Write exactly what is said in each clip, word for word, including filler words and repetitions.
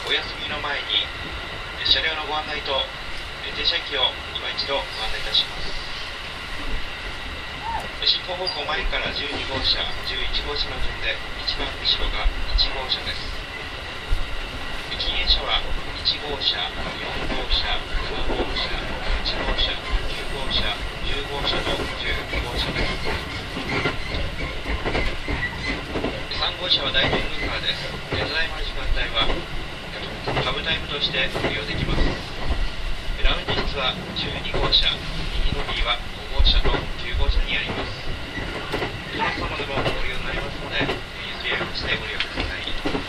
お休みの前に車両のご案内と停車駅を今一度ご案内いたします。進行方向前からじゅうに号車、じゅういち号車の順で一番後ろがいち号車です。禁煙車はいち号車、よん号車、なな号車、はち号車、きゅう号車、じゅう号車とじゅうに号車です。さん号車は大ロングカーです。ただいまの時間帯はハブタイムとして利用できます。ラウンジ室はじゅうに号車、右ロビーはご号車ときゅう号車にあります。どなた様でもご利用になりますので、譲り合いをしてご利用ください。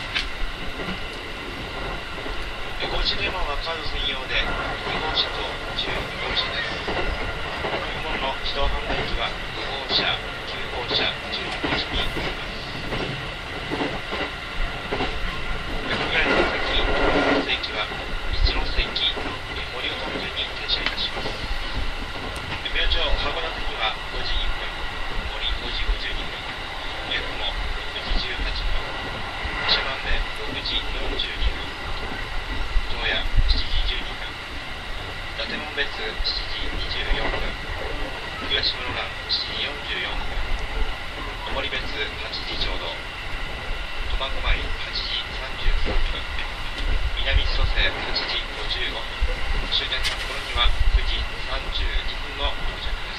ごじゅう電話はカード専用でに号車とじゅうに号車です。飲み物の自動販売機はご号車、きゅう号車、じゅうに号車になります。これらの席、席はいちの席、森岡の順に停車いたします。明朝函館にはごじいっぷん、森ごじごじゅうにふん、八雲ろくじじゅうはっぷん、長万部ろくじよんじゅうにふん、洞爺しちじじゅうにふん、伊達門別しちじにじゅうよんふん、東室蘭しちじよんじゅうよんふん、登別はちじちょうど、苫小牧はちじさんじゅうさんふん、南千歳はちじごじゅうごふん、終点札幌にはくじさんじゅうにふんの到着です。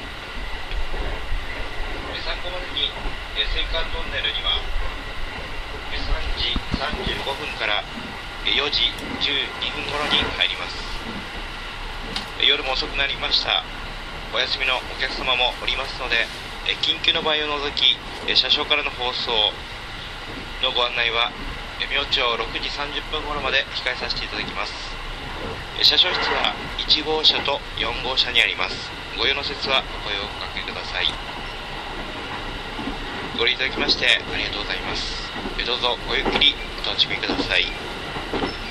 参考までに青函トンネルにはさんじさんじゅうごふんからよじじゅうにふん頃に入ります。夜も遅くなりました。お休みのお客様もおりますので、緊急の場合を除き車掌からの放送のご案内は明朝ろくじさんじゅっぷん頃まで控えさせていただきます。車掌室はいち号車とよん号車にあります。ご用の説はお声をおかけください。ご利用いただきましてありがとうございます。どうぞごゆっくりお楽しみください。